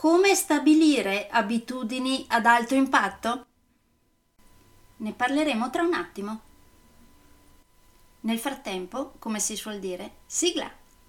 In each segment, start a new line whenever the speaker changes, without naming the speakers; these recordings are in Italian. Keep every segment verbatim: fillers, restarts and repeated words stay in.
Come stabilire abitudini ad alto impatto? Ne parleremo tra un attimo. Nel frattempo, come si suol dire, sigla!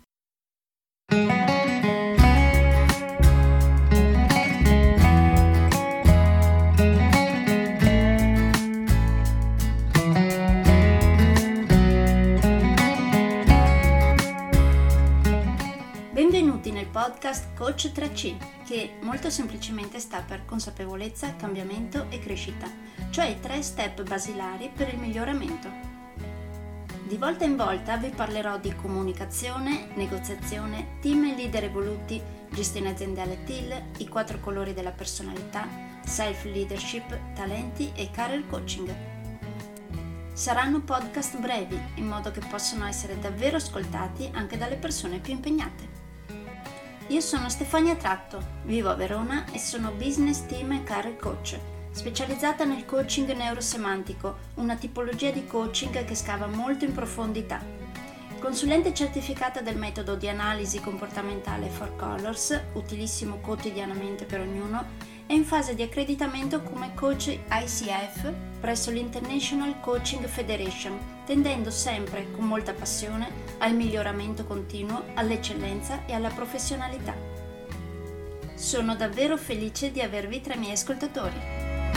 Benvenuti nel podcast Coach tre C, che molto semplicemente sta per consapevolezza, cambiamento e crescita, cioè i tre step basilari per il miglioramento. Di volta in volta vi parlerò di comunicazione, negoziazione, team e leader evoluti, gestione aziendale T I L, i quattro colori della personalità, self-leadership, talenti e career coaching. Saranno podcast brevi, in modo che possano essere davvero ascoltati anche dalle persone più impegnate. Io sono Stefania Tratto, vivo a Verona e sono business team e career coach, specializzata nel coaching neurosemantico, una tipologia di coaching che scava molto in profondità. Consulente certificata del metodo di analisi comportamentale Four Colors, utilissimo quotidianamente per ognuno, e in fase di accreditamento come coach I C F presso l'International Coaching Federation, tendendo sempre con molta passione al miglioramento continuo, all'eccellenza e alla professionalità. Sono davvero felice di avervi tra i miei ascoltatori.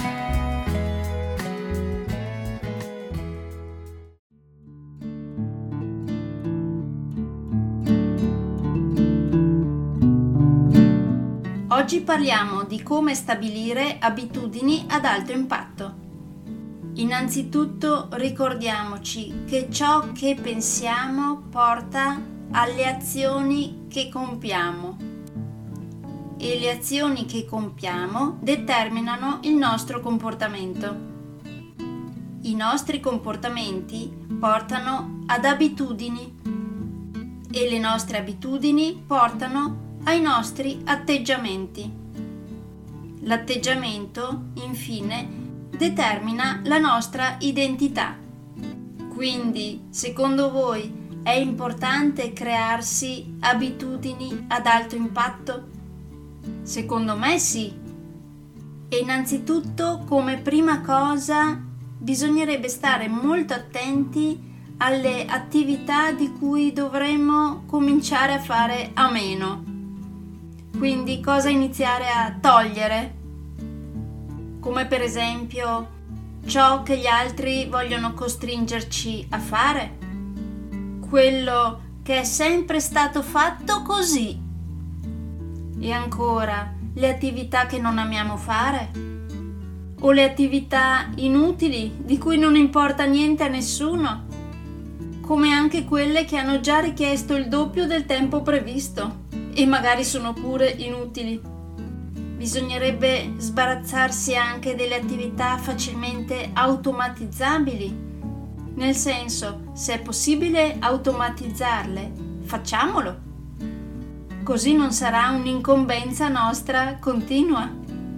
Oggi parliamo di come stabilire abitudini ad alto impatto. Innanzitutto ricordiamoci che ciò che pensiamo porta alle azioni che compiamo e le azioni che compiamo determinano il nostro comportamento. I nostri comportamenti portano ad abitudini e le nostre abitudini portano ai nostri atteggiamenti. L'atteggiamento, infine, determina la nostra identità. Quindi, secondo voi, è importante crearsi abitudini ad alto impatto? Secondo me sì. E innanzitutto, come prima cosa, bisognerebbe stare molto attenti alle attività di cui dovremmo cominciare a fare a meno. Quindi cosa iniziare a togliere? Come per esempio ciò che gli altri vogliono costringerci a fare, quello che è sempre stato fatto così, e ancora le attività che non amiamo fare, o le attività inutili di cui non importa niente a nessuno, come anche quelle che hanno già richiesto il doppio del tempo previsto e magari sono pure inutili. Bisognerebbe sbarazzarsi anche delle attività facilmente automatizzabili. Nel senso, se è possibile automatizzarle, facciamolo. Così non sarà un'incombenza nostra continua.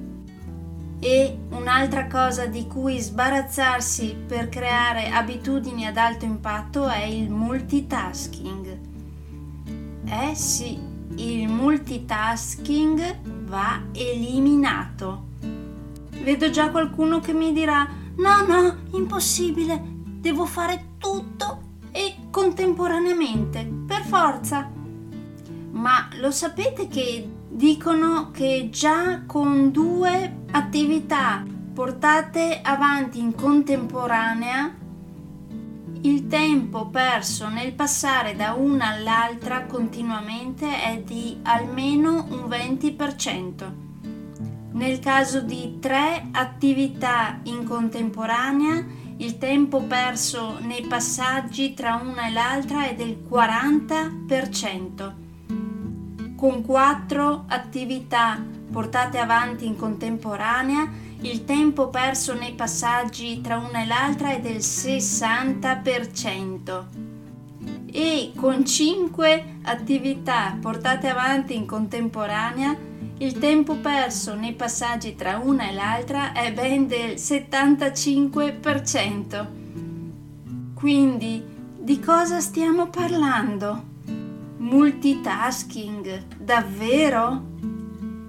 E un'altra cosa di cui sbarazzarsi per creare abitudini ad alto impatto è il multitasking. Eh sì, il multitasking va eliminato. Vedo già qualcuno che mi dirà: no, no, impossibile, devo fare tutto e contemporaneamente, per forza. Ma lo sapete che dicono che già con due attività portate avanti in contemporanea, il tempo perso nel passare da una all'altra continuamente è di almeno un venti per cento. Nel caso di tre attività in contemporanea, il tempo perso nei passaggi tra una e l'altra è del quaranta per cento. Con quattro attività portate avanti in contemporanea, il tempo perso nei passaggi tra una e l'altra è del sessanta per cento. E con cinque attività portate avanti in contemporanea, il tempo perso nei passaggi tra una e l'altra è ben del settantacinque per cento. Quindi, di cosa stiamo parlando? Multitasking, davvero?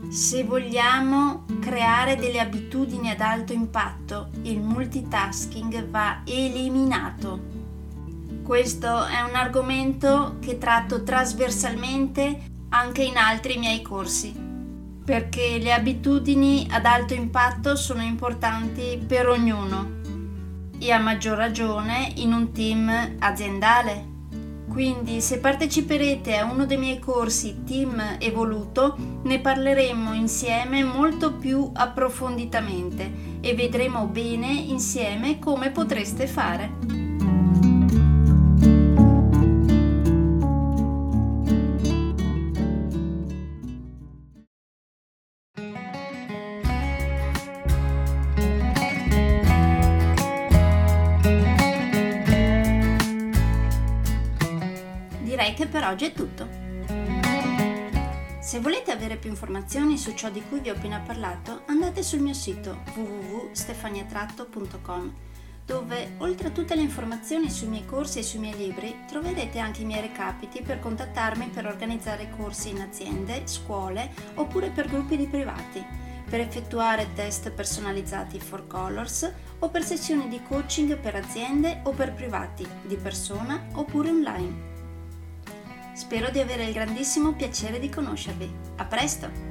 Se vogliamo creare delle abitudini ad alto impatto, il multitasking va eliminato. Questo è un argomento che tratto trasversalmente anche in altri miei corsi, perché le abitudini ad alto impatto sono importanti per ognuno e a maggior ragione in un team aziendale. Quindi se parteciperete a uno dei miei corsi Team Evoluto, ne parleremo insieme molto più approfonditamente e vedremo bene insieme come potreste fare. Direi che per oggi è tutto. Se volete avere più informazioni su ciò di cui vi ho appena parlato, andate sul mio sito w w w punto stefania tratto punto com, dove oltre a tutte le informazioni sui miei corsi e sui miei libri troverete anche i miei recapiti per contattarmi per organizzare corsi in aziende, scuole oppure per gruppi di privati, per effettuare test personalizzati for Colors o per sessioni di coaching per aziende o per privati, di persona oppure online. Spero di avere il grandissimo piacere di conoscervi. A presto!